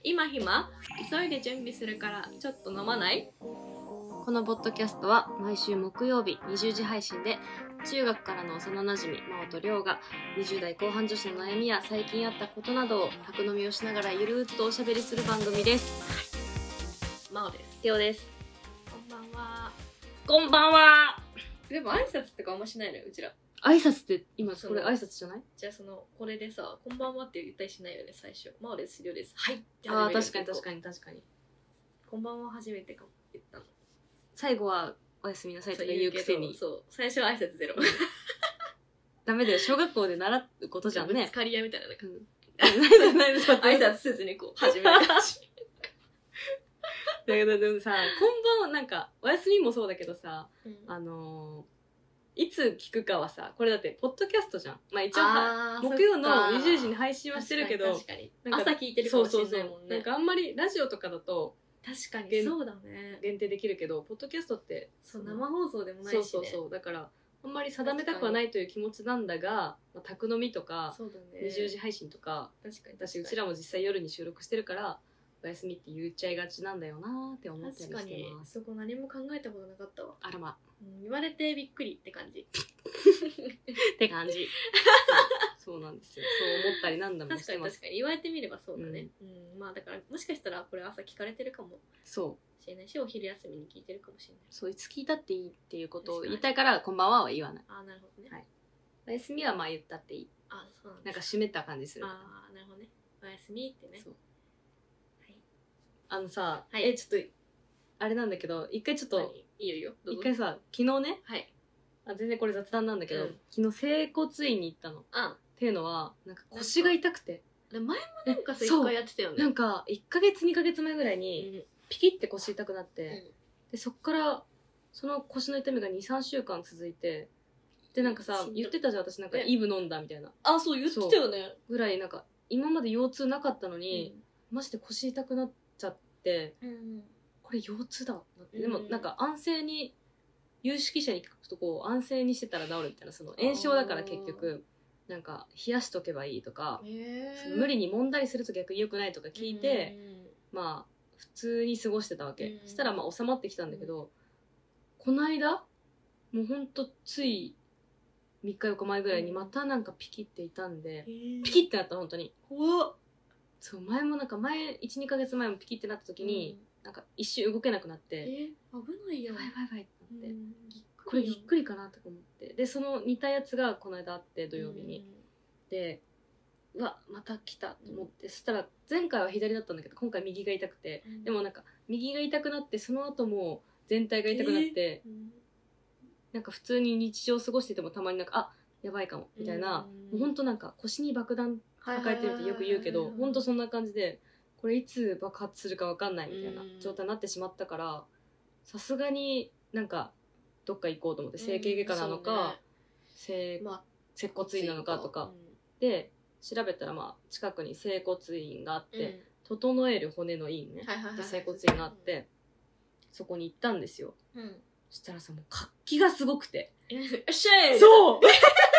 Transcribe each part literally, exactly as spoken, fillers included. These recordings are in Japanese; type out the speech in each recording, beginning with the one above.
今暇急いで準備するからちょっと飲まない？ このポッドキャストは毎週木曜日にじゅうじ配信で、中学からの幼なじみ真央と亮がにじゅう代後半女子の悩みや最近あったことなどを宅飲みをしながらゆるーっとおしゃべりする番組です。 真央です。 亮です。 こんばんは。 こんばんは。 でも挨拶とかあんましないのよ、うちら。 挨拶って今そのこれ挨拶じゃない？ じゃあそのこれでさ、こんばんはって言ったりしないよね、最初。真央です、亮です。はいってああ、 始める。 確かに確かに確かに。 こんばんは初めてかも言ったの。 最後はおやすみなさいとか言うくせに。 そう、最初は挨拶ゼロ。 ダメだよ、小学校で習うことじゃんね。 ぶつかり合いみたいなね。 うん。ないです挨拶せずにこう始める感じ。 だけどでもさ、こんばんはなんかおやすみもそうだけどさ、 うんあのーいつ聞くかはさ、これだってポッドキャストじゃん。まあ一応あー木曜のそっかにじゅうじに配信はしてるけど、 確かに確かになんか朝聞いてるかもしれないもんね。 そうそうそう。なんかあんまりラジオとかだと確かに限そうだね。 限定できるけど、ポッドキャストってそう生放送でもないしね。 そうそうそう。だからあんまり定めたくはないという気持ちなんだが、まあ、宅飲みとかそうだね。 にじゅうじ配信とか、 確かに私うちらも実際夜に収録してるからおやすみって言っちゃいがちなんだよなーって思ったりして確かにます。 そこ何も考えたことなかったわ。 あらま。 うん、言われてびっくりって感じ。 って感じ。そうなんですよ。そう思ったりなんだも確かに確かに言われてみればそうだね。うん、うん、まあだからもしかしたらこれ朝聞かれてるかもそうしれないし、お昼休みに聞いてるかもしれない。 そう、いつ聞いたっていいっていうことを言いたいから、こんばんはは言わない。 ああ、なるほどね。 はい。おやすみはまあ言ったっていい。 あ、そうなんだ。 なんか締めた感じする。 ああ、なるほどね。おやすみってね。そう。 はい。あのさ、 はい、 え、ちょっと、あれなんだけど、一回ちょっと、 いいよいいよ。 一回さ、昨日ね、 はい。 あ、全然これ雑談なんだけど、 うん、 昨日整骨院に行ったの。 あっていうのは、なんか腰が痛くて。 前もなんかさ、一回やってたよね。 なんか、いっかげつ、にかげつまえぐらいに、ピキって腰痛くなって、うん、で、そっから、その腰の痛みがに、さんしゅうかん続いて、で、なんかさ、言ってたじゃん、私なんかイブ飲んだみたいな。 あ、そう、言ってたよね。 ぐらい、なんか、今まで腰痛なかったのに、うん、マジで腰痛くなっちゃって、うん、これ腰痛だって。でも、なんか安静に、有識者に聞くとこう、安静にしてたら治るみたいな、その炎症だから結局、なんか冷やしとけばいいとか、その無理に揉んだりすると逆に良くないとか聞いて、まあ普通に過ごしてたわけ。したらまあ収まってきたんだけど、この間もうほんとついみっかよっかまえぐらいにまたなんかピキって痛んで、ピキってなった本当に。怖っ。そう、前もなんか前いち、にかげつまえもピキってなった時に、なんか一瞬動けなくなって、え危ないよ。 やばいやばいやばいってなって、これぎっくりかなとか思って、でその似たやつがこの間あって土曜日に、でうわまた来たと思って、うん、そしたら前回は左だったんだけど今回右が痛くて、うん、でもなんか右が痛くなってその後も全体が痛くなって、えーうん、なんか普通に日常過ごしててもたまになんかあやばいかもみたいな、うん、もうほんとなんか腰に爆弾抱えてるってよく言うけど、ほんとそんな感じでこれいつ爆発するか分かんないみたいな状態になってしまったから、さすがになんかどっか行こうと思って、整形外科なのか、整骨院なのかとか、で調べたらまあ近くに整骨院があって、うん、整える骨の院ね、で整骨院があって、そこに行ったんですよ。うん、そしたらさもう活気がすごくて、そうなんか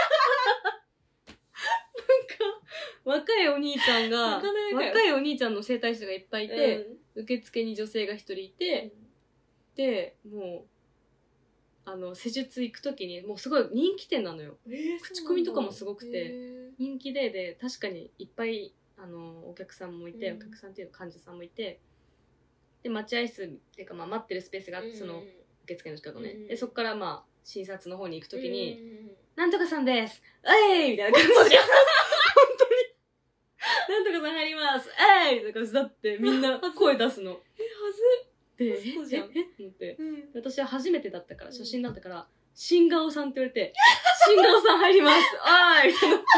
若いお兄ちゃんが若いお兄ちゃんの整体師がいっぱいいて、うん、受付に女性が一人いて、うん、でもうあの施術行く時にもうすごい人気店なのよ、えー、口コミとかもすごくて人気で、で確かにいっぱいあのお客さんもいて、うん、お客さんっていうか患者さんもいて、で待合室っていうか、まあ、待ってるスペースがあって、その受付の近くね、うん、でそこからまあ診察の方に行く時に「なんとかさんですえい!」みたいな感じで本当に「なんとかさん入りますえい!」みたいな感じだって、みんな声出すの。えはずで、ええって思って、うん、私は初めてだったから、初心だったから、新顔さんって言われて、新顔さん入りますあーいみたいな。すごい、何こ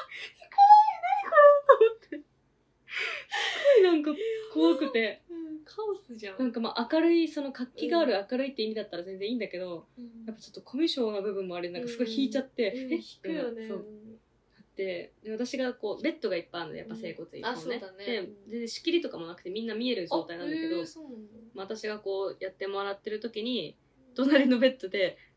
れと思って。すごいなんか怖くて。うん、カオスじゃん。なんかまあ明るい、その活気がある明るいって意味だったら全然いいんだけど、うん、やっぱちょっとコミュ障な部分もあれ、なんかすごい引いちゃって、うん、え引くよね。そう。で, で私がこうベッドがいっぱいあるのでやっぱ整骨院のね、うん、あそうだね、でで仕切りとかもなくてみんな見える状態なんだけど、まあ、私がこうやってもらってる時に隣のベッドで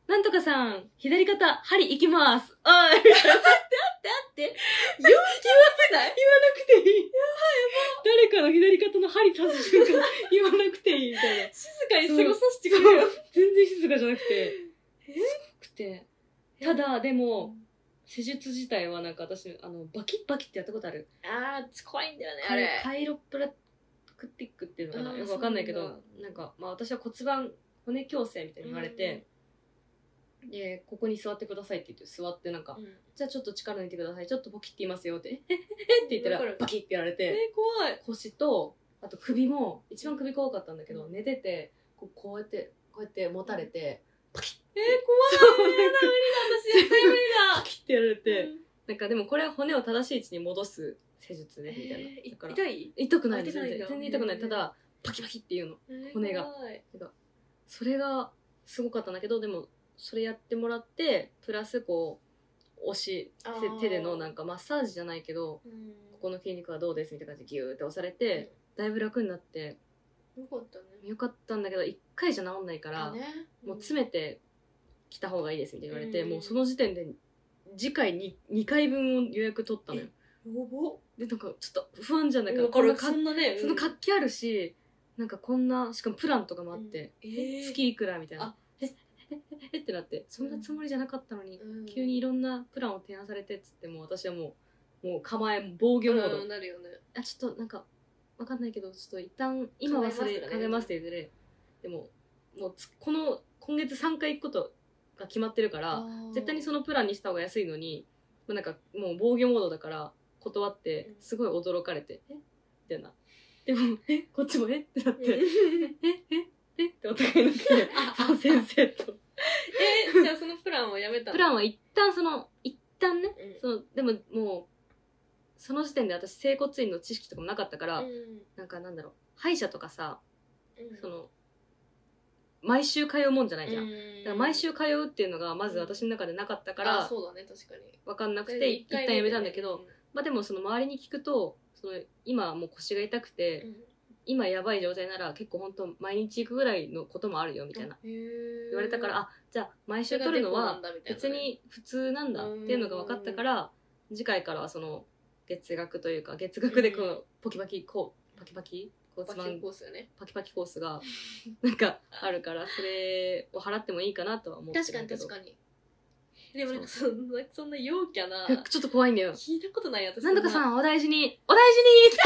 なんとかさん、左肩、針行きます。あー、 待って待って待って。言わない。 言わなくていい。やばいやばい。誰かの左肩の針刺す瞬間、言わなくていいみたいな。 静かに過ごさせてくれよ。 全然静かじゃなくて。 えすごくて。ただ、でも、施術自体はなんか私、あの、バキッバキってやったことある。 あー、怖いんだよね、あカイれ。 カイロプラクティックっていうのかな、 あーよくわかんないけど、 そうなんだなんか、まあ私は骨盤、骨矯正みたいに言われて、で、ここに座ってくださいって言って座ってなんか、 うん、 じゃあちょっと力抜いてください、ちょっとボキって言いますよって、えええって言ったわからるバキってやられて、 えー、怖い。 腰と、あと首も、一番首怖かったんだけど、寝てて、こうこうやって、こうやって持たれて、パキッえー、怖い。やだ、無理だ、私絶対無理だ。 パキッってやられて、 うんなんかでもこれは骨を正しい位置に戻す施術ね、みたいな。 えーだから痛い痛くないです、 あ痛くないんだ全然。全然痛くない。 へーただ、パキパキっていうの。骨が怖い。 それがすごかったんだけど、でも、それやってもらって、プラスこう、押し、 あー手手でのなんかマッサージじゃないけど、 うんここの筋肉はどうですみたいな感じでギューって押されて、だいぶ楽になって、 よかったね。 よかったんだけど、一回じゃ治んないから、 ね、 もう詰めてきた方がいいですみたいな言われて、 うんもうその時点で次回ににかいぶんを予約取ったのよ。 やば。 で、なんかちょっと不安じゃないかだからこんなかそんなね、 その活気あるし、なんかこんな、しかもプランとかもあって、 うんえー月いくらみたいなあ。 え、え、え、えってなって、そんなつもりじゃなかったのに、 うん急にいろんなプランを提案されてっつって、もう私はもう、もう構え、防御モード。 うんなるよね。 あ、ちょっとなんか、わかんないけど、ちょっと一旦、今はそれ考えますね考えますって言ってて、でも、もうつ、この、今月さんかい行くことが決まってるから、絶対にそののプランにした方が安いのに、まあなんかもう防御モードだから断ってすごい驚かれて、えみたいな。でも、えこっちもえってなって、えええってお互いになって、その先生と。 え、じゃあそのプランをやめたの？ プランは一旦その、一旦ね、 うんその、でももう、その時点で私整骨院の知識とかもなかったから、 うんなんかなんだろう、歯医者とかさ、 うんその、毎週通うもんじゃないじゃん。 うんだから毎週通うっていうのがまず私の中でなかったから、 あそうだね、確かに。 わかんなくて一旦やめたんだけど、 うんまあでもその周りに聞くと、その今はもう腰が痛くて、 うん今やばい状態なら結構本当毎日行くぐらいのこともあるよみたいなへー言われたから、あ、じゃあ毎週取るのはそれがデフォなんだみたいなね別に普通なんだっていうのが分かったから、次回からはその月額というか月額でこのポキパキこうパキパキ骨バキ盤コースよね。 パキパキコースがなんかあるからそれを払ってもいいかなとは思ってるん確かだけど、 に確かに。でもなんかそんな、そんな陽キャな、 ちょっと怖いんだよ。 聞いたことない私。 なんとかん。 さんお大事にお大事にって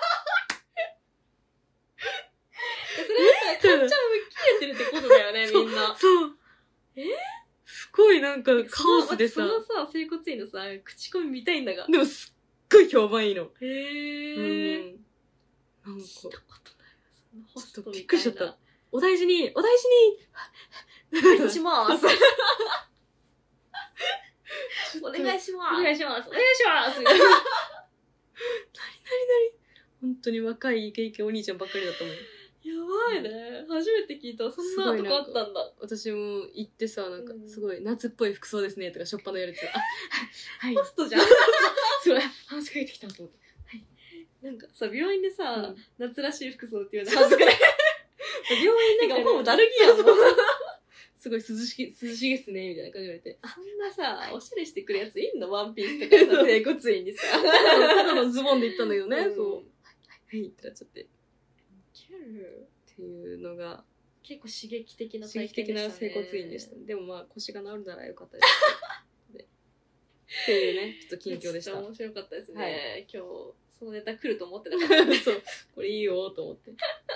それはさ、かっちゃんも切れてるってことだよね、みんな。 そうえすごいなんかカオスでさ、 そのさ、整骨院のさ、口コミ見たいんだが。 でもすっごい評判いいの。 へー。 うん。なんか、 聞いたことないわ。そんなホストみたいな。 びっくりしちゃった。お大事に、お大事にお願いします。お願いします。 お願いします。 お願いします。 なになになに本当に若いイケイケお兄ちゃんばっかりだったもん。 やばいね。初めて聞いた。そんなとこあったんだ。 私も行ってさ、なんかうんすごい夏っぽい服装ですねとかしょっぱな言われて、あ、はい。 ホストじゃん。 すごい、話しかけてきたと思って。 なんかさ、病院でさ、 うん夏らしい服装っていうの恥ずくない？ 病院なんか、 てかほぼだるぎやん。 そうそうそうすごい涼しげ、涼しげっすね、みたいな感じで言われて。 そんなさ、おしゃれしてくるやついんの？ワンピースとかさ、整骨院にさ。 ただのズボンで行ったんだけどね、 うんそう。はい、ってなっちゃって。っキャルていうのが、 結構刺激的な刺激体験的な整でしたね。 骨院でした。でもまあ腰が治るならよかったです。でっていうね、ちょっと近況でした。 めっちゃ面白かったですね。 はい今日、そのネタ来ると思ってなかった。 そう、これいいよと思って。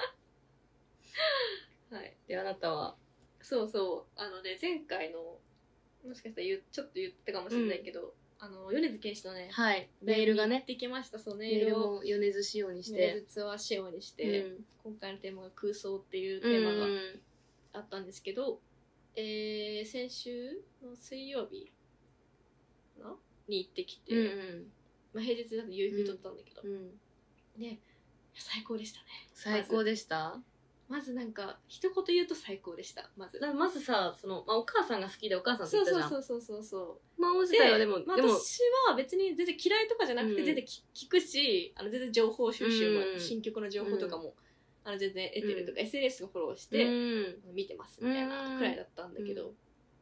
はい。 で、あなたは、 そうそう。あのね、前回の、もしかしたら言うちょっと言ったかもしれないけど、あの、米津玄師のね、 はい、メールが行っね、 てきました。そう、ネメールイルを、 も米津仕様にし米て、 津ツアー仕様にしうて、 ん今回のテーマが空想っていうテうんーマがあったんですけど、えー、先週の水曜日かなに行ってきて、 うんうんまあ、平日だと有給取ったんだけど、 うん、 で最高でしたね。 最高でしたまずなんか一言言うと最高でした。まずだからまずさ、その、まあ、お母さんが好きでお母さんってそう言ったじゃん。 そうそうそうそうそうまあ、自体はでも、 まあ、 でも、 私は別に全然嫌いとかじゃなくてうん全然聞くし、あの全然情報収集も、 うん新曲の情報とかも、あの全然得てるとか、エスエヌエス をフォローしうて、 ん、 見てますみたいなくらいだったんだけど、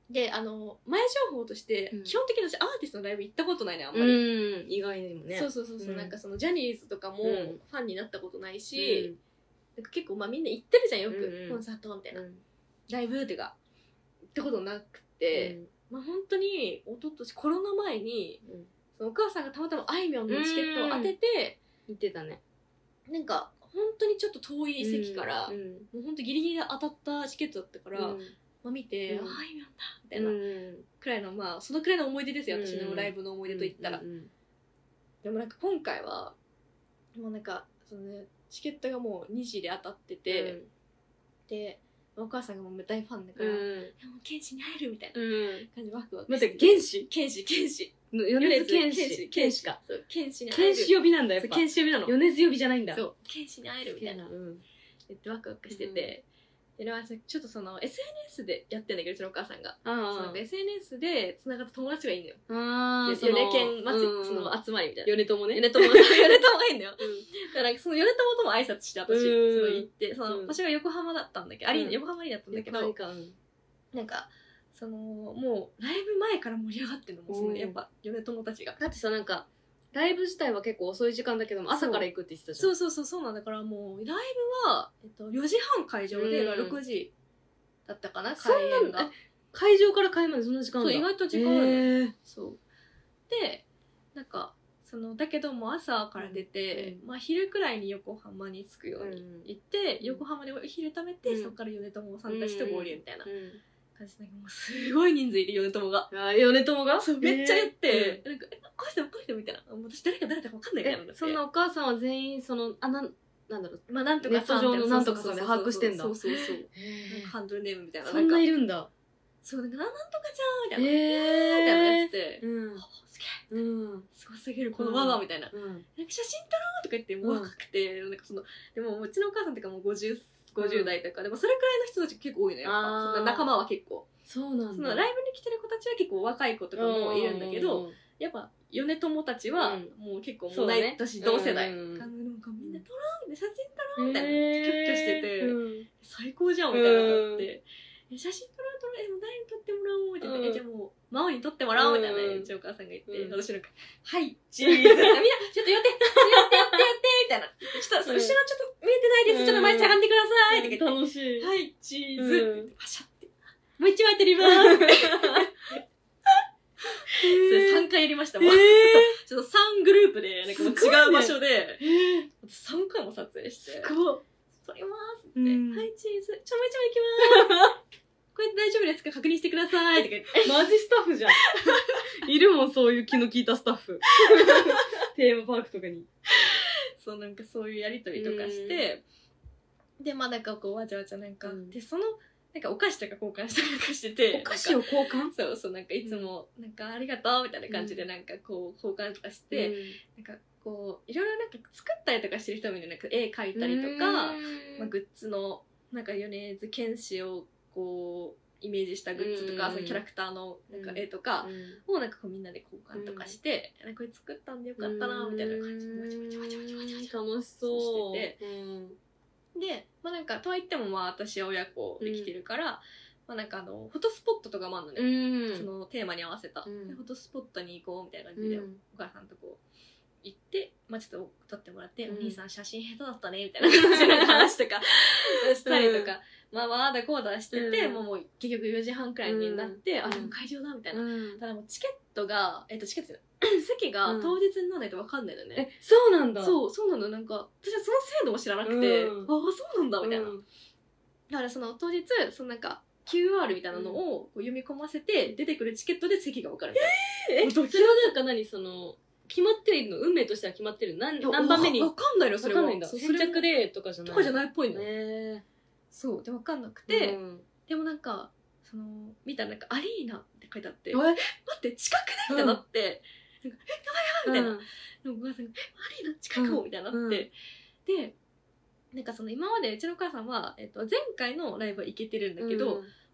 であの前情報として、 うん基本的に私アーティストのライブ行ったことないねあんまり、 うん意外にもねそうそうそうそう、 うんなんかそのジャニーズとかもうんファンになったことないし、なんか結構まあみんな行ってるじゃんよく、 うんうんコンサートみたいな、 うんライブってか行ったことなくて、まあ本当に一昨年コロナ前にうんそのお母さんがたまたまあいみょんのチケットを当てて、 言ってたねなんか本当にちょっと遠い席から、 うんもう本当ギリギリで当たったチケットだったから、 うんまあ見て、 うんああいみょんだみたいな、 うんくらいのまあそのくらいの思い出ですよ、私うんのライブの思い出といったら、 うんうんでもなんか今回はもうなんかその、ね、チケットがもうにじで当たってて、でお母さんがもう大ファンだから、 うんいやもう剣士に会えるみたいなうん感じでワクワク待してって原始剣士剣士米津玄師剣剣士かそう剣士に会える剣士呼びなんだやっそうぱ剣士呼びなの米津呼びじゃないんだそう剣士に会えるみたいなうん言ってワクワクしてて、ででもちょっとその エスエヌエス でやってんだけどうちのお母さんがそうなんか エスエヌエス でつながった友達がいいんだよ。 ああで米犬祭りその集まりみたいな米友ね米友米友がいいんだよ。 うだからなんかその米友とも挨拶して私うんその行ってその、 うん私が横浜だったんだけど、アリーナうん横浜アリーナだったんだけど、 横浜かうんなんかそのもうライブ前から盛り上がってるのもそのうんやっぱ米友たちが。 だってさなんかライブ自体は結構遅い時間だけども朝から行くって言ってたじゃんそうそうそうそうなんだからもうライブは、えっと、よじはん会場でうんろくじだったかな、 そんな開演が。 会場から開演までそんな時間あるんだそう意外と時間あるのよ、 へーそうでなんかそのだけども朝から出て、 うんまあ、昼くらいに横浜に着くように行って、 うん横浜でお昼食べて、 うんそこから米友さんたちと合流みたいなうん感じで、もうすごい人数いる米友が。 あ米友がそうめっちゃ言って、 へなんかえこの人もこの人みたいな、もう私誰か誰だか分かんないみたいなのってーそんなお母さんは全員そのあなんなんだろうまあなんとかネット上のなんとかそうそうそうさんで把握してんだそうそうそうなんかへハンドルネームみたいなそんないるるんだそうなんかなんとかじゃんみたいな、 へみたいなやえつで、 うんあすげえうんすごすぎるこのママみたいな、 うんなんか写真撮ろうとか言ってもう若くて、なんかそのでもうちのお母さんとかもうごじゅう、ごじゅう代とか、でもそれくらいの人たち結構多いのよやっぱあーその仲間は結構そうなんだそのライブに来てる子たちは結構若い子とかもいるんだけど、やっぱ米友たちはうんもう結構もそううだね同い年同世代、 うんなんかみんな撮ろうみたいな写真撮ろうみたいな、 へーキャッキャしててうん最高じゃんみたいなのがあって、え写真撮ろう撮ろうえもう誰に撮ってもらおうみたいな、 うんえじゃあもう真央に撮ってもらおうみたいな、 うんうちのお母さんが言って、 うん私なんかはいチーズみんなちょっと寄ってちょっと寄って寄ってみたいなちょっと後ろちょっと見えてないです、ちょっと前しゃがんでくださいとか言って、 楽しいはいチーズうんって言ってパシャってもう一枚撮りますそれさんかいやりましたもん、 えーちょっとさんグループでなんかもうすごいね違う場所でえーさんかいも撮影してすごい撮りますって、 うんはいチーズちょもう一枚いきますこれ大丈夫ですか確認してくださいとか言ってマジスタッフじゃんいるもんそういう気の利いたスタッフテーマパークとかにそうなんかそういうやりとりとかして、でまあなんかこうわちゃわちゃなんか、 うんでそのなんかお菓子とか交換したりとかしててお菓子を交換なんかそうそうなんかいつもなんかありがとうみたいな感じでなんかこう交換とかして、なんかこういろいろなんか作ったりとかしてる人もいるなんか絵描いたりとか、まあ、グッズのなんか米津玄師をこうイメージしたグッズとか、 うんそのキャラクターのなんか絵とかをなんかこうみんなで交換とかして、なんかこれ作ったんでよかったなみたいな感じでわちゃわちゃわちゃわちゃわちゃわちゃ楽しそうしてで、まあなんかとはいってもまあ私は親子できてるから、まあなんかあのフォトスポットとかもあるのね、 うんそのテーマに合わせた、 うんでフォトスポットに行こうみたいな感じで、 うんお母さんとこう行って、まあちょっと撮ってもらって、 うんお兄さん写真下手だったねみたいな感じの話とかしたりとか、まあまああだこうだしてて、 うんもうもう結局よじはんくらいになって、 うんあでも会場だみたいな、 うんただもうチケットがえっとチケットじゃない席が当日にならないと分かんないのよね、 えそうなんだうそうそうなのなんか私はその制度も知らなくて、 うんああそうなんだみたいな、 んだからその当日そのなんか キューアール みたいなのをこう読み込ませて出てくるチケットで席が分かるみたいな、 えそれはなんか何その決まってるの運命としては決まってる何何番目に分かんないのそれはわかんないんだそう先着でとかじゃないとかじゃないっぽいの、 へそうで分かんなくえて、でもなんかその見たらなんかアリーナって書いてあってえ待って近くねみたいになって、なんかえやばいやばいみたいな、 うんなんかお母さんがえアリーナ近くもみたいになって、 うんでなんかその今までうちのお母さんは、えっと、前回のライブは行けてるんだけど、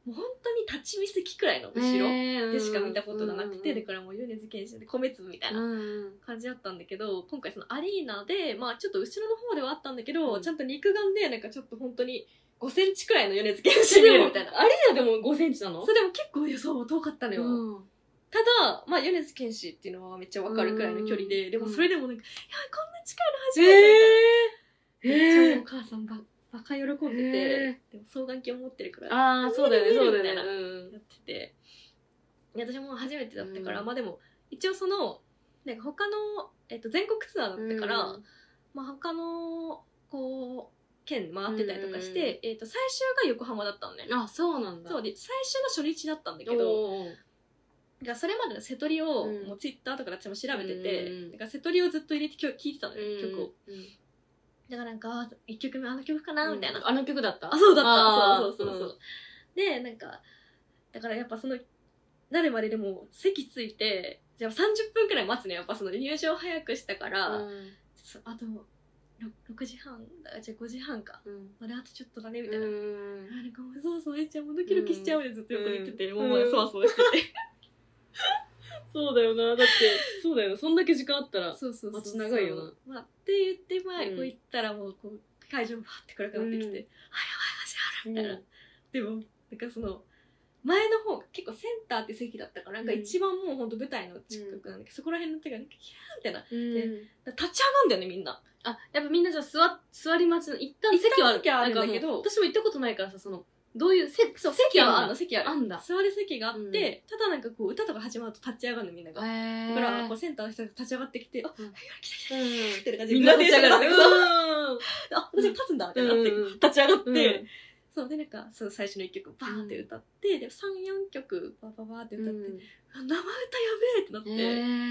もう本当に立ち見席くらいの後ろでしか見たことがなくて、だからもう米津玄師で米粒みたいな感じだったんだけど、今回そのアリーナでまあちょっと後ろの方ではあったんだけど、うん、ちゃんと肉眼でなんかちょっと本当にごセンチくらいの米津玄師見えるみたいな。 アリーナでもごセンチなの？ それでも結構そう遠かったのよ、うん、ただまあ米津玄師っていうのはめっちゃわかるくらいの距離で、うん、でもそれでもなんか、うん、いやこんな近いの初めてみたいな、えー、めっちゃお母さんばバカ喜んでて、でも双眼鏡持ってるから、 ああそうだよねそうだよね、 うん、やってて、私も初めてだったから、うん、まあでも一応そのなんか他の、えっと、全国ツアーだったから、うん、まあ他のこう県回ってたりとかして、うん、えっと最終が横浜だったのね。 あ、そうなんだ。 そうで最終の初日だったんだけど、だからそれまでの瀬戸りを、うん、もうツイッターとかで私も調べてて、うん、だから瀬戸りをずっと入れて今日聴いてたのよ、うん、曲を。うんだからなんかいっきょくめあの曲かな、うん、みたいな。 あの曲だった？ あ、そうだった。そうそうそうそう。うん、で、なんか、だからやっぱその、なるまででも席ついて、じゃあさんじゅっぷんくらい待つね。やっぱその入場早くしたから、うん、あとろくじはん、じゃあごじはんか。うん、あれあとちょっとだね、みたいな。うん、なんかそうそう、えっちゃんもドキドキしちゃうでずっと横に言ってて、うん、もうそわそわしてて。 そうだよな。だって、そうだよな。そんだけ時間あったら、待ち長いよな。 まあ、って言って、まあ、こう言ったらもう、こう、会場バーって暗くなってきて、うん、あ、やばい、マジあるみたいな。うん、でも、なんかその、前の方、結構センターって席だったから、なんか一番もうほんと舞台の近くなんだけど、うん、そこら辺の手が、なんか、キャーみたいな。うん、で、立ち上がんだよね、みんな。 あ、やっぱみんなじゃあ座、座り待ちの、一旦席はある。 席はあるんだけど、 私も行ったことないからさ、その、どういう、 せそう席はあるの、席ある。 あんだ。 座る席があって、うん、ただなんかこう、歌とか始まると立ち上がるの、みんなが。だから、こう、センターの人が立ち上がってきて、あ、はい、来た来た来たって感じで、みんな立ち上がる。あ、私立つんだってなって、立ち上がって、そうで、なんか、その最初の一曲バーって歌って、で、さん、よんきょくバーバーバーって歌って、生歌やべえってなって、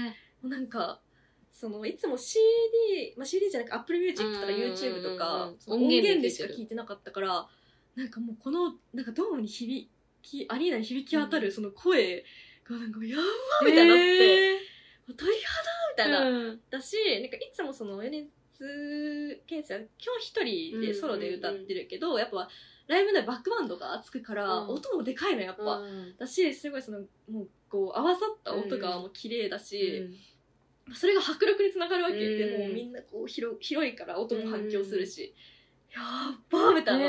もうなんか、そのいつも シーディー、まあ、シーディー じゃなく Apple Music とか YouTube とか音源でしか聴いてなかったから、なんかもうこのなんかドームに響きアリーナに響き渡るその声がなんかやばーみたいになって、鳥肌みたいな、うん、だし、なんかいつもその米津玄師は基本一人でソロで歌ってるけど、うんうんうん、やっぱライブでバックバンドがつくから、うん、音もでかいのやっぱ、うん、だしすごいそのもうこう合わさった音がもう綺麗だし、うん、それが迫力につながるわけ、うん、でもうみんなこう 広, 広いから音も反響するし、うん、やっばーみたいになって、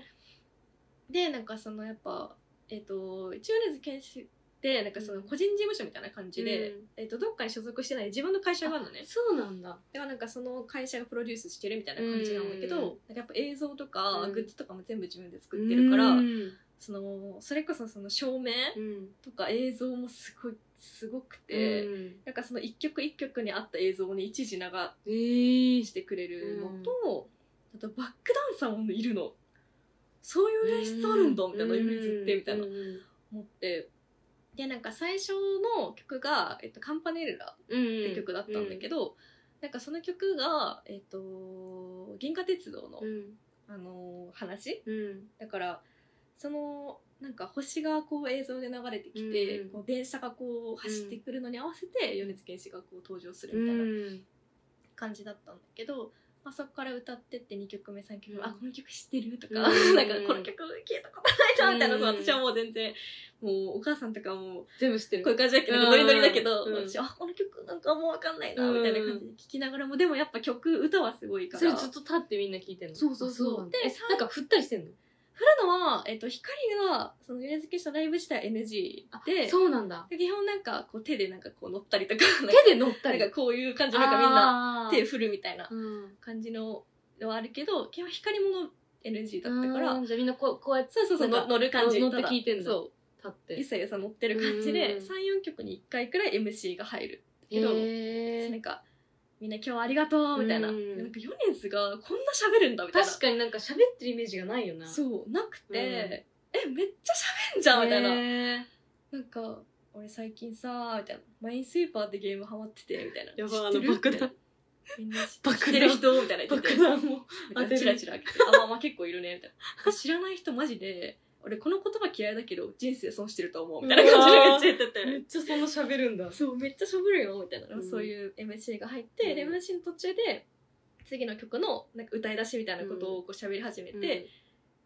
でなんかそのやっぱえっ、ー、と一応米津玄師でなんかその個人事務所みたいな感じで、うん、えー、とどっかに所属してない自分の会社があるのね。 そうなんだ。 だからなんかその会社がプロデュースしてるみたいな感じなんだけど、うん、なんかやっぱ映像とかグッズとかも全部自分で作ってるから、うん、そのそれこそその照明とか映像もすごいすごくて、うん、なんかその一曲一曲に合った映像に一時流してくれるのと、うん、あとバックダンサーもいるの。そういう演出あるんだみたいな、米津ってみたいな思って。でなんか最初の曲が、えっと、カンパネルラって曲だったんだけど、うん、なんかその曲が、えっと、銀河鉄道の、うん、あの話、うん、だからそのなんか星がこう映像で流れてきて、うん、こう電車がこう走ってくるのに合わせて、うん、米津玄師がこう登場するみたいな感じだったんだけど、まあ、そこから歌ってってにきょくめさんきょくめ、うん、あこの曲知ってるとか、うん、なんかこの曲聞いたことないなみたいな、うん、私はもう全然もうお母さんとかも全部知ってるこういう感じだけどノリノリだけど、うん、私あこの曲なんかもう分かんないなみたいな感じで聴きながらも、でもやっぱ曲歌はすごいから、 それずっと立ってみんな聴いてんの？ そうそうそう。 でなんか振ったりしてんの？ 振るのは、えっと、光がその米津玄師のライブ自体 エヌジー で、 そうなんだ。 基本なんかこう手でなんかこう乗ったりとか、 手で乗ったりなんかこういう感じなんかみんな手振るみたいな感じのはあるけど、基本光もの エヌジー だったから、 じゃあみんなこうこうやってそうそうそう乗る感じ、 乗って聞いてんだ。 そう立ってゆさゆさ乗ってる感じでさん、よんきょくにいっかいくらい エムシー が入るけど、なんかみんな今日はありがとうみたいな、うん、なんか米津がこんな喋るんだみたいな、 確かになんか喋ってるイメージがないよな。 そうなくて、うん、えめっちゃ喋んじゃんみたいな、なんか俺最近さみたいなマインスイーパーってゲームハマっててみたいな、 やばあの爆弾みんな知ってる人みたいな言ってて、 爆弾もなんかチラチラ開けてあまあまあ結構いるねみたいな、知らない人マジで俺この言葉嫌いだけど人生損してると思うみたいな感じでめっちゃ言ってて、 めっちゃそんな喋るんだ。 そうめっちゃ喋るよみたいな、うん、そういう エムシー が入って、うん、で エムシー の途中で次の曲のなんか歌い出しみたいなことをこう喋り始めて、うん、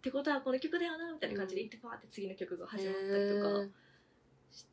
ってことはこの曲だよなみたいな感じで言ってパーって次の曲が始まったりとかして、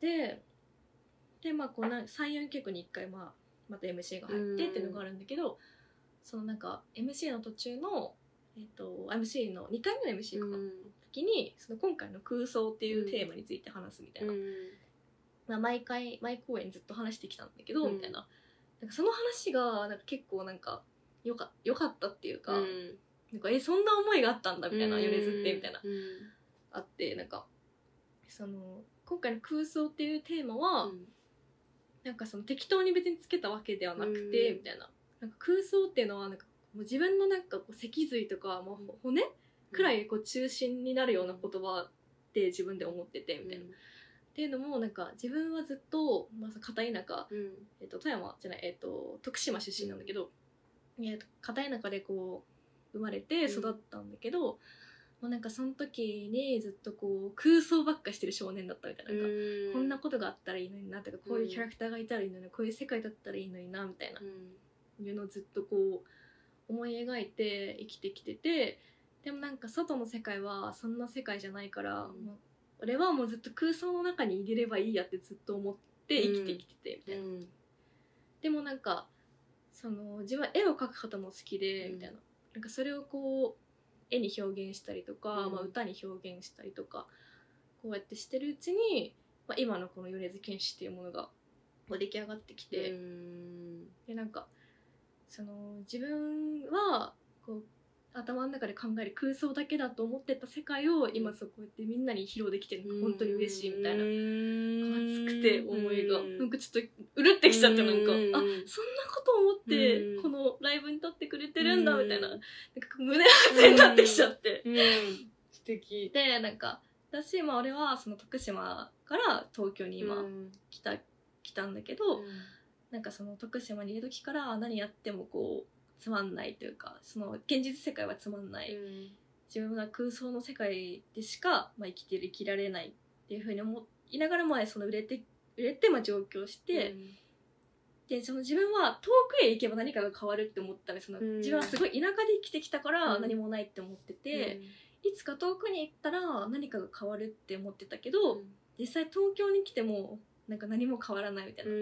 でまあこうなさん、よんきょくにいっかい、まあ、また エムシー が入ってっていうのがあるんだけど、そのなんか エムシー の途中の、えー、と エムシー のにかいめの エムシー かな、時にその今回の空想っていうテーマについて話すみたいな、まあ、毎回毎公演ずっと話してきたんだけど、みたいな、なんかその話がなんか結構なんかよか、よかったっていうか、なんかえそんな思いがあったんだみたいな、米津ってみたいな、あって、なんかその今回の空想っていうテーマは、うん、なんかその適当に別につけたわけではなくて、みたいな、なんか空想っていうのはなんかもう自分のなんかこう脊髄とかもう骨くらいこう中心になるような言葉って自分で思っててみたいな、うん、っていうのもなんか自分はずっと、まあ、片田舎、うん、えー、と富山じゃない、えー、と徳島出身なんだけど、うん、えー、と片田舎でこう生まれて育ったんだけど、うん、もうなんかその時にずっとこう空想ばっかしてる少年だったみたいな、なんかこんなことがあったらいいのになとか、こういうキャラクターがいたらいいのに、こういう世界だったらいいのになみたいな、うん、いうのをずっとこう思い描いて生きてきてて、でもなんか外の世界はそんな世界じゃないから、うん、もう俺はもうずっと空想の中に入れればいいやってずっと思って生きてきててみたいな、うん、でもなんかその自分は絵を描くことも好きで、うん、みたいな、なんかそれをこう絵に表現したりとか、うん、まあ、歌に表現したりとかこうやってしてるうちに、まあ、今のこの米津玄師っていうものが出来上がってきて、うん、でなんかその自分はこう頭の中で考える空想だけだと思ってた世界を今そこうやってみんなに披露できてるのが本当に嬉しいみたいな、熱くて思いがなんかちょっとうるってきちゃって、なんかあそんなこと思ってこのライブに立ってくれてるんだみたいな、なんか胸熱になってきちゃって、素敵で、なんか私、まあ、俺はその徳島から東京に今来た、来たんだけど、なんかその徳島にいる時から何やってもこうつまんないというか、その現実世界はつまんない、うん、自分は空想の世界でしか、まあ、生きてる生きられないっていうふうに思いながらもその売れて売れてまあ上京して、うん、でその自分は遠くへ行けば何かが変わるって思ったら、その、うん、自分はすごい田舎で生きてきたから何もないって思ってて、うん、いつか遠くに行ったら何かが変わるって思ってたけど、うん、実際東京に来てもなんか何も変わらないみたいな、うん、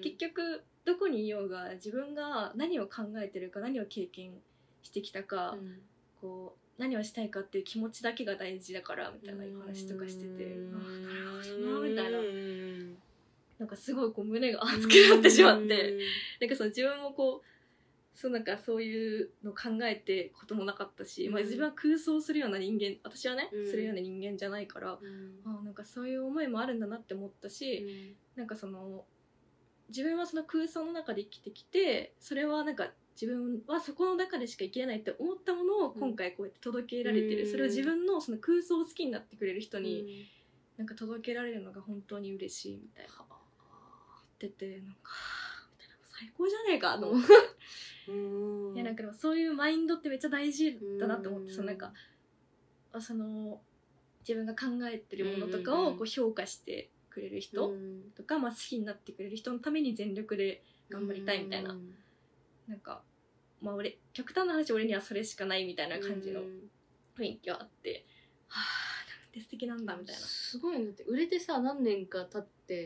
結局どこにいようが自分が何を考えてるか、何を経験してきたか、うん、こう何をしたいかっていう気持ちだけが大事だからみたいな話とかしてて、うん、あなるほどなみたいな、なんかすごいこう胸が熱くなってしまって、なんかその自分もこうそうなんかそういうの考えてこともなかったし、うん、まあ、自分は空想するような人間、私はね、うん、するような人間じゃないから、うん、あなんかそういう思いもあるんだなって思ったし、うん、なんかその自分はその空想の中で生きてきて、それはなんか自分はそこの中でしか生きれないって思ったものを今回こうやって届けられてる、うん、それを自分のその空想を好きになってくれる人になんか届けられるのが本当に嬉しいみたいな言ってて、なんか最高じゃねえかと思ってうんいやなんかでもそういうマインドってめっちゃ大事だなと思って、そのなんかその自分が考えてるものとかをこう評価してくれる人とか、まあ、好きになってくれる人のために全力で頑張りたいみたいな、なんか、まあ、俺極端な話俺にはそれしかないみたいな感じの雰囲気はあって、はあなんて素敵なんだみたいな。 すごいね。だって売れてさ何年か経って、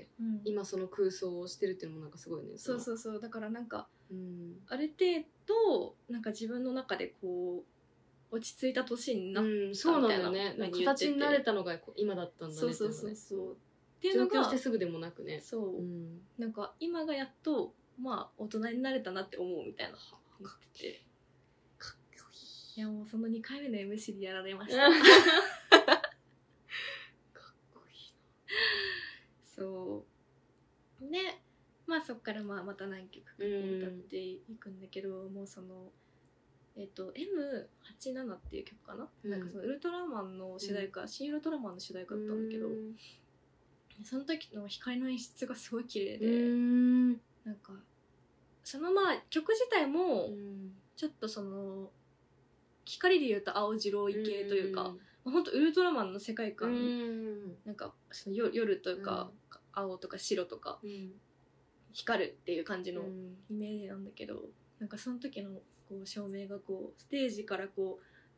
うん、今その空想をしてるっていうのもなんかすごいね。 そうそうそう、だからなんか、うん、ある程度なんか自分の中でこう落ち着いた年になったみたいな、うん、そうなんだよね。形になれたのが今だったんだね。 そうそうそうそう。っていうのが上京してすぐでもなくね。 そう、うん、なんか今がやっとまあ大人になれたなって思うみたいな思ってて、かっこいい。いやもうそのにかいめの エムシー でやられました。かっこいいな。そうで、まあそっからまあまた何曲か歌っていくんだけど、うん、もうそのえっと エムはちじゅうなな っていう曲かな、うん、なんかそのウルトラマンの主題歌、うん、新ウルトラマンの主題歌だったんだけど、うん、その時の光の演出がすごい綺麗で、うんなんかそのまあ曲自体もちょっとその光で言うと青白い系というか、うんまあ、ほんとウルトラマンの世界観、うん、なんかその夜というか、うん、青とか白とか、うん、光るっていう感じのイメージなんだけど、なんかその時のこう照明がこうステージからこう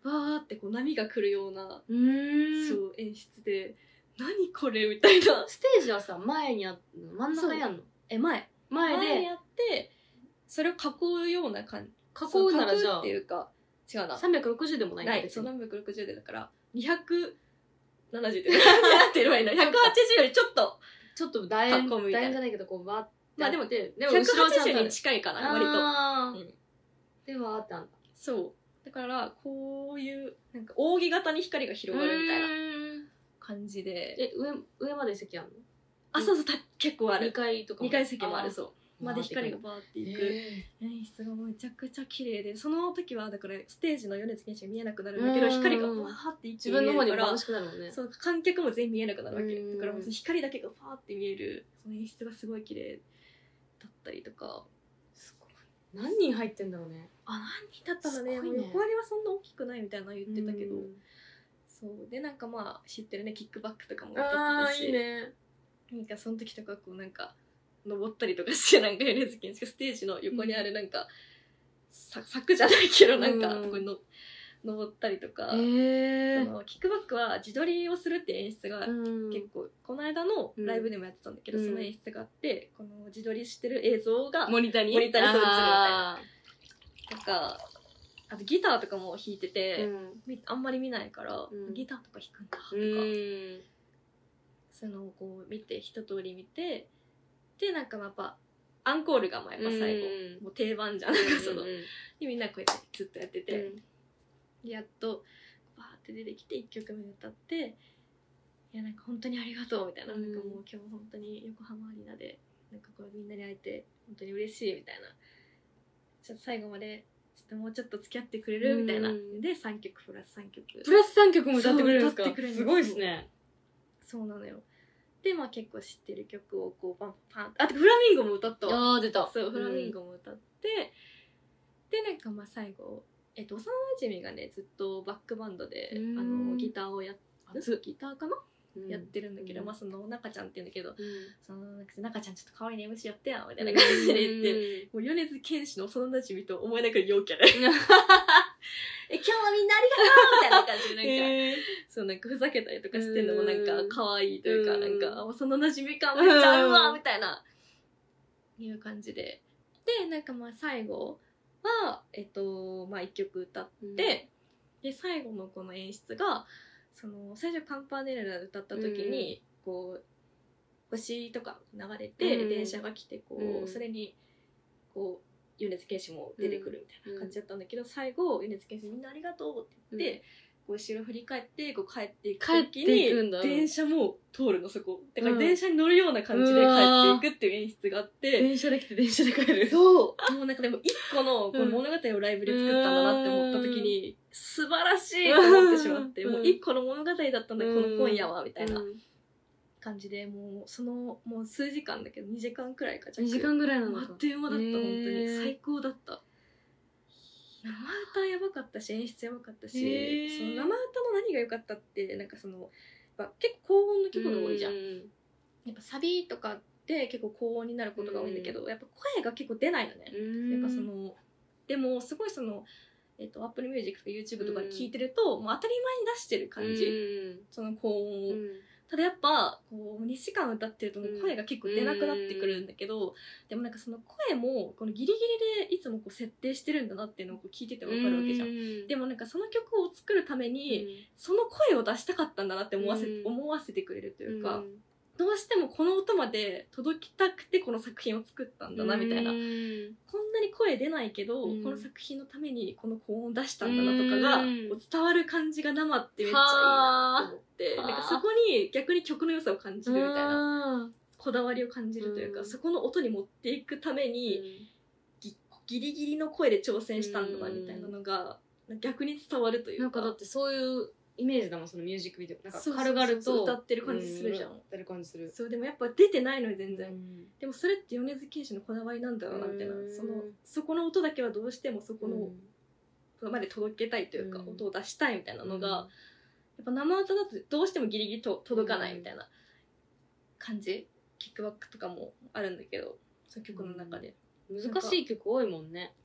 わーってこう波が来るような、 うーんそう演出で何これみたいな。 ステージはさ前にあっ真ん中にあんのえ前前で前にやってそれを囲うような感じ。 囲うならじゃあ囲うっていうか違うな。 さんびゃくろくじゅうでもないんだない。そう別にさんびゃくろくじゅうでだからにひゃくななじゅうでなってるわいな。ひゃくはちじゅうよりちょっとちょっと楕円囲むみたいな楕円じゃないけどこうバーってまあでもでもひゃく後ろはちゃんとあるはちじゅうに近いかな割と。 あーうんではあってあんだそうだからこういうなんか扇形に光が広がるみたいなうーん感じで。 え上上まで席あるのあそうそうた結構ある。 にかいとかにかい席もある。 うそうまで光がバーっていくへ演出がめちゃくちゃ綺麗で、その時はだからステージの米津玄師が見えなくなるんだけど、 うん光がわーって一気自分の方に見えるから眩しくなるもんねそう観客も全員見えなくなるわけ。 うんだからもうその光だけがパーって見えるその演出がすごい綺麗だったりとか。 すごい何人入ってんだろうねあ何人だったらねすごいねもう横割りはそんな大きくないみたいなの言ってたけど、 うんそうでなんかまあ知ってるねキックバックとかも歌ってたし、 あーいいねなんかその時とかこうなんか登ったりとかしてなんか米津玄師がステージの横にあるなんか、さ柵じゃないけどなんか、 うんここにの登ったりとか、 へえそのキックバックは自撮りをするっていう演出が結構、この間のライブでもやってたんだけど、 うんその演出があってこの自撮りしてる映像がモニターにモニターにそう映るみたいあとか、あとギターとかも弾いてーて、 うんみあんまり見ないから、 うんギターとか弾くんだとか、 うんそういうのをこう見て一通り見てでなんかやっぱアンコールがまあやっぱ最後、 うんもう定番じゃんなんかその、 うんでみんなこうやってずっとやってて、 うんでやっとバーって出てきていっきょくめ歌っていやなんか本当にありがとうみたいな、 うんなんかもう今日本当に横浜アリーナでなんかこうみんなに会えて本当に嬉しいみたいな、ちょっと最後までちょっともうちょっと付き合ってくれるみたいな、 うんでさんきょくプラスさんきょくプラスさんきょくも歌ってくれるんですかそう歌ってくれるんですすごいですねそうなのよ。でまあ結構知ってる曲をこうパンパンあとフラミンゴも歌ったわ。 あー出たそうフラミンゴも歌って、でなんかまあ最後えっと幼馴染がねずっとバックバンドでうんあのギターをやっ熱ギターかな、 うんやってるんだけど、 うんまあその中ちゃんって言うんだけど、 うんそのなんか中ちゃんちょっと可愛いね エムシー やってやみたいな感じで言って、もう米津玄師の幼馴染と思えなく陽キャでえ今日はみんなありがとうみたいな感じでなんか、 へーそうなんかふざけたりとかしてんのもなんうんか可愛いというか、 うんなんかあ幼馴染感めっちゃあるわみたいないう感じで、でなんかまあ最後はえっとまあ一曲歌って、で最後のこの演出がその最初カンパネラで歌った時に、こう星とか流れて、 うん電車が来てこう、 うんそれにこう米津玄師も出てくるみたいな感じだったんだけど、最後米津玄師みんなありがとうって言って、こう後ろ振り返ってこう帰っていく時帰っていくんにだ電車も通るのそこだからうん電車に乗るような感じで帰っていくっていう演出があって、 電車で来て電車で帰るそうもうなんかでも一個のこの物語をライブで作ったんだなって思った時に素晴らしいと思ってしまって、 うんもう一個の物語だったんだこの今夜はみたいなうん感じで、もうそのもう数時間だけどにじかんくらいかにじかんぐらいなのかあっという間だった、 へー本当に最高だった生歌やばかったし演出やばかったし、 へーその生歌の何が良かったってなんかそのやっぱ結構高音の曲が多いじゃん、 うやっぱサビとかで結構高音になることが多いんだけど、やっぱ声が結構出ないのね、 んやっぱそのでもすごいそのえっと Apple Music とか YouTube とかで聴いてると、もう当たり前に出してる感じ、 うんその高音を、 うんただやっぱこうにじかん歌ってるともう声が結構出なくなってくるんだけど、でもなんかその声もこのギリギリでいつもこう設定してるんだなっていうのをこう聞いてて分かるわけじゃん、 うんでもなんかその曲を作るために、その声を出したかったんだなって思わせ,、 うん思わせてくれるというか、 うんどうしてもこの音まで届きたくてこの作品を作ったんだなみたいな、 うんこんなに声出ないけど、 うんこの作品のためにこの高音出したんだなとかが、 うんこう伝わる感じが生ってめっちゃいいなと思って、 はあなんかそこに逆に曲の良さを感じるみたいな、こだわりを感じるというか、 うんそこの音に持っていくために、ギギリギリの声で挑戦したんだなみたいなのが逆に伝わるというか、 なんかだってそういうイメージだもんそのミュージックビデオなんかそうそうそう軽々と歌ってる感じするじゃんう歌ってる感じするそうでもやっぱ出てないのに全然、 うんでもそれって米津玄師のこだわりなんだろうなみたいな、 うんそのそこの音だけはどうしてもそこの、まで届けたいというか、 うん音を出したいみたいなのが、 うんやっぱ生歌だとどうしてもギリギリと届かないみたいな感じ、キックバックとかもあるんだけどその曲の中で、 難しい曲多いもんね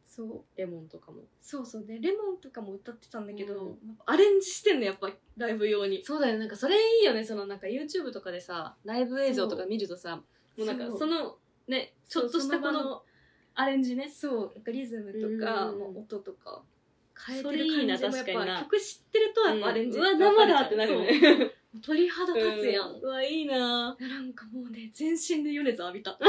そうレモンとかも。 そうそうでレモンとかも歌ってたんだけど、 うんアレンジしてんのやっぱライブ用に。 そうだよね、なんかそれいいよね。そのなんか YouTube とかでさライブ映像とか見るとさ、もうなんかそうそのねちょっとしたこのその場のアレンジね。 そうなんかリズムとか、 うんまあ、音とか変えてそれいいなる感じもやっ確かになぱ曲知ってるとやっぱアレンジうんうわ生だってなるよね。 そう鳥肌立つやん、 うわいいな。 いやなんかもうね全身で米津浴びた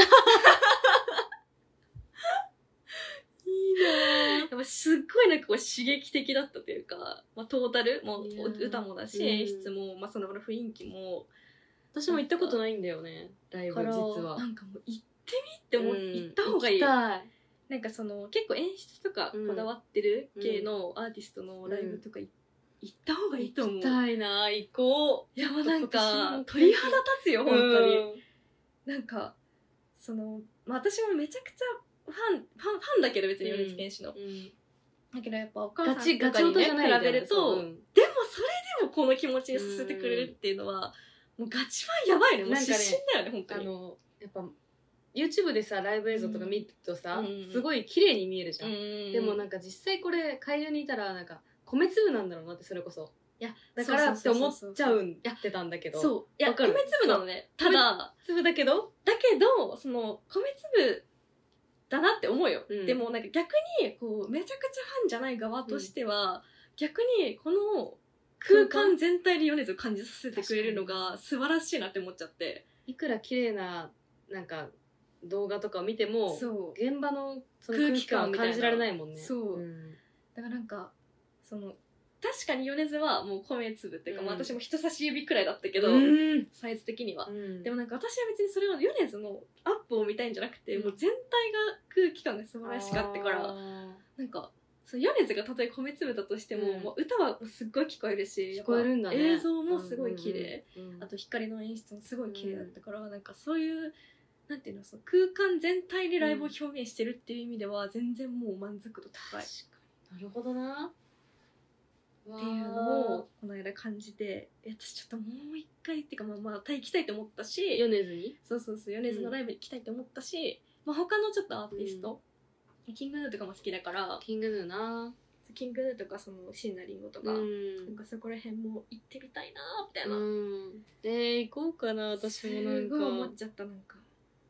いいな。 やっぱすっごいなんかこう刺激的だったというか、まあ、トータルもういや歌もだし、 うん演出も、まあ、その場の雰囲気も私も行ったことないんだよねライブから実は。 なんかもう行ってみって思っ、 うん行った方がいい。 行きたい。 なんかその結構演出とかこだわってる系のアーティストのライブとかい、行った方がいいと思う。 行きたいな行こう。 いやもうなん今か年も鳥肌立つよ本当に、 うんなんかその、まあ、私もめちゃくちゃファンファンファンだけど別に米津玄師の、 うんだけどやっぱお母さんガチガとかにねチ音じゃない比べると、 うんでもそれでもこの気持ちにさせてくれるっていうのは、もうガチファンやばいね。もうなんかね失神だよね本当に。 あのやっぱ YouTube でさライブ映像とか見るとさ、 うんすごい綺麗に見えるじゃん、 うんでもなんか実際これ会場にいたらなんか米粒なんだろうなって、それこそいやだからって思っちゃうんいやってたんだけど、 そういやわかる米粒なのね。ただ粒だけどだけどその米粒だなって思うよ、 うんでもなんか逆にこうめちゃくちゃファンじゃない側としては、逆にこの空間全体で米津を感じさせてくれるのが素晴らしいなって思っちゃって、 いくら綺麗ななんか動画とかを見てもそう現場のその空気感を感じられないもんね。 そう、 んだからなんかその確かに米津はもう米粒っていうか、 うんまあ、私も人差し指くらいだったけど、 うんサイズ的には、 うんでもなんか私は別にそれを米津のアップを見たいんじゃなくて、もう全体が空気感が素晴らしかったからあなんかその米津がたとえ米粒だとしても、 うんもう歌はすっごい聞こえるし、 聞こえるんだね。 映像もすごい綺麗、 うんうんうんあと光の演出もすごい綺麗だったから、なんかそういうなんていうのその空間全体でライブを表現してるっていう意味では全然もう満足度高いっ確かになるほどなていうのをこの間感じて、え私ちょっともう一回っていうかまあまた行きたいと思ったし、 米津にそうそうそう米津のライブ行きたいと思ったし、まあ、他のちょっとアーティスト、キングヌーとかも好きだからキングヌーなキングヌーとかその椎名林檎とか、 うんなんかそこら辺も行ってみたいなーみたいな、 うんで行こうかな私もなんすごい思かっちゃった。なんか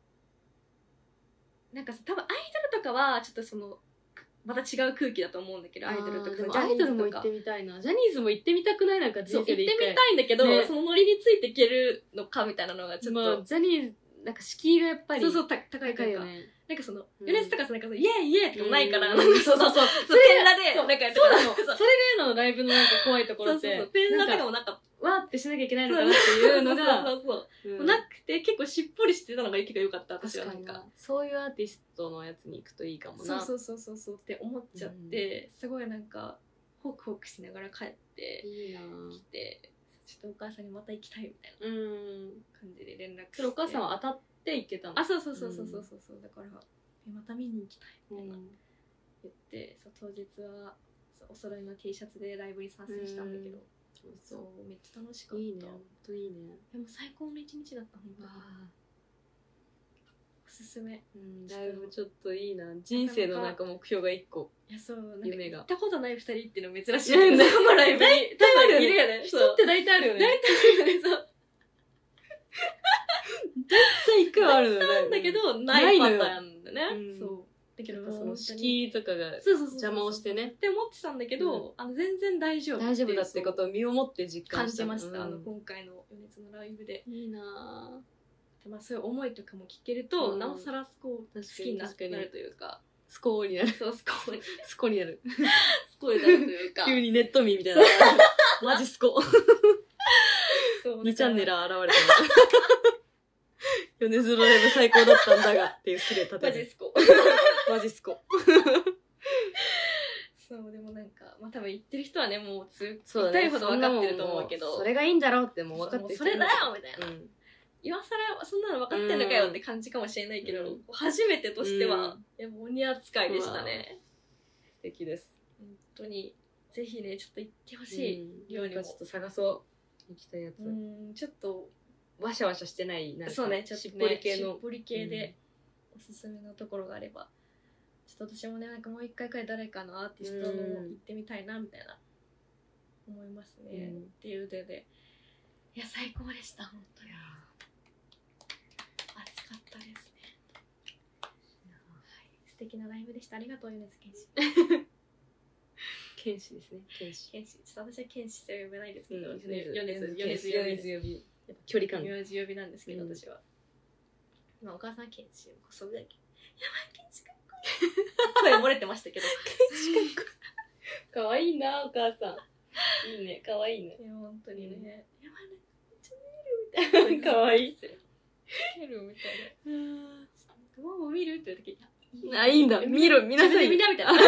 なんかさ多分アイドルとかはちょっとそのまた違う空気だと思うんだけど、アイドルとかでもジャニーズとかアイドルも行ってみたいな。ジャニーズも行ってみたくない？なんか人そう行ってみ生で一回たいんだけど、 ねそのノリについていけるのかみたいなのがちょっと、 まあ、ジャニーズなんか敷居がやっぱりそうそうた高いから高いよね。 なんかそのうん米津とかさなんかそのイエーイイエーイとかもないから、 うんなんかそうそうそうそれペンラでそうなんかやってそうなの。 そうそれでのライブのなんか怖いところって、 そうそうそうペンラとかなんもなんかわーってしなきゃいけないのかなっていうのが、 そうそうそう、 うんなくて結構しっぽりしてたのが結構良かった私はなんか確かにな。そういうアーティストのやつに行くといいかもな。 そうそうそうそうそうって思っちゃって、すごいなんかホクホクしながら帰っていいなきて、ちょっとお母さんにまた行きたいみたいなうん。 感じで連絡して、 それお母さんは当たって行けたの？ あそうそうそうそうそうそうそうだからえまた見に行きたいみたいなうん言って、そう当日はそうお揃いの T シャツでライブに参戦したんだけど、 そうそそうめっちゃ楽しかった。 いいね、ほんといいね。 でも最高の一日だった本当に。おすすめ。 うん、ライブちょっといいな。人生のなんか目標が一個。 いやそうなんか夢が行ったことない二人っていうの珍しいいやね。このライブに大体あるよねいるよね。 人って大体あるよね。 大体あるよね。そう体一回はあるのなんだけどないないのよパターンだね。 うんそう。だけどもうその本当に敷居とかがそうそうそうそう邪魔をしてねって思ってたんだけど、あの全然大丈夫大丈夫だってことを身をもって実感感したじました、 うんあの今回の米津のライブで、 いいなぁ。 でまあ、そういう思いとかも聞けると、 うんなおさらこう好きにな確かになるというか、 スコーになる。 そうスコーにスコになる。 スコーになるというか急にネット民みたいな。マジスコ。 そうにチャンネル現れてる。米津のライブ最高だったんだがっていうスレ立てる。 マジスコマジスコ。 そうでもなんかまあ多分言ってる人はねもうつそうだね。 痛いほど分かってると思うけど、 それがいいんだろうってもう分かってるそうもうそれだよみたいな、 うん。 今更そんなの分かってんのかよって感じかもしれないけど、 うん初めてとしては、 うんいやもう鬼扱いでしたね。 素敵です。 本当にぜひねちょっと行ってほしい、 うん寮にもなんかちょっと探そう。行きたいやつ。 うんちょっとわしゃわしゃしてない、なんかそうねちょっとねしっぽり系の。 しっぽり系でおすすめのところがあればちちょっと私もねなんかもう一回くらい誰かのアーティストの行ってみたいなみたいな思いますね、うん、っていう腕でいや最高でした本当に熱かったですね、はい、素敵なライブでした。ありがとう米津玄師剣士ですね。剣士。 剣士。ちょっと私は剣士と呼べないですけど、 うん、 米津米津米津呼び。やっぱ距離感。 名字呼びなんですけど、うん、私は。まあお母さん剣士こそぐだけ。やばい剣士かっこいい。声漏れてましたけど。 剣士かっこいい。可愛いなお母さん。いいね。可愛いね。 いや本当にね。やばいね。めっちゃ見るみたいな。 可愛い。 見るみたいな。もう見るって言う時。 あいいんだ。見ろ見なさい。 見なみたいな。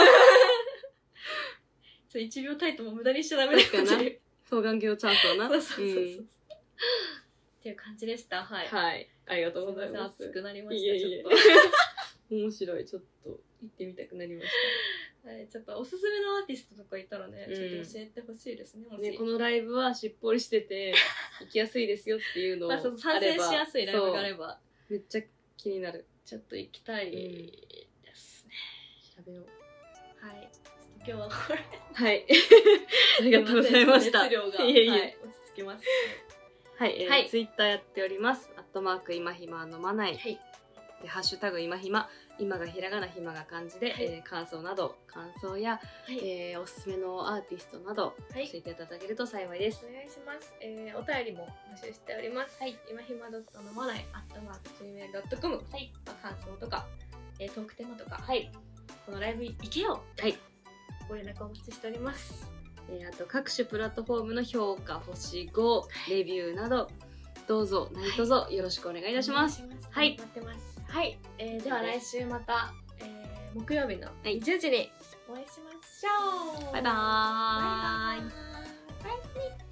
いちびょうたりとも無駄にしちゃダメだからな。 双眼鏡チャンスはな。 そうそうそうそう、うん、っていう感じでした。はい。 はい。ありがとうございます。 熱くなりました。 いえいえちょっと面白い。ちょっと行ってみたくなりました。はい。ちょっとおすすめのアーティストとかいたらね、うん、ちょっと教えてほしいですね。もしねこのライブはしっぽりしてて行きやすいですよっていうのをあれば、まあ、 参戦しやすいライブがあればめっちゃ気になる。 ちょっと行きたいですね。 調べよう。 はい。今日はこれはいありがとうございました。 熱量がいえいえ、 はい、落ち着きます。 はい、えーはい、 ツイッターやっております。アットマーク今暇飲まない、 はい、 でハッシュタグ今暇、今がひらがな、暇が漢字で、はい、えー、感想など感想や、はい、えー、おすすめのアーティストなど教えていただけると幸いです。 お願いします。えー、お便りも募集しております。はい、今暇ドット飲まないアットマーク ジーメールドットコム、はい、感想とか、えー、トークテーマとか、はい、このライブ行けよ、はい。ご連絡お待ちしております。 えー、あと各種プラットフォームの評価星ご、レビューなどどうぞ何卒よろしくお願いいたします。 はい、待ってます。はい、えー、では来週また、えー、木曜日のじゅうじにお会いしましょう。 バイバーイ。 バイバーイ。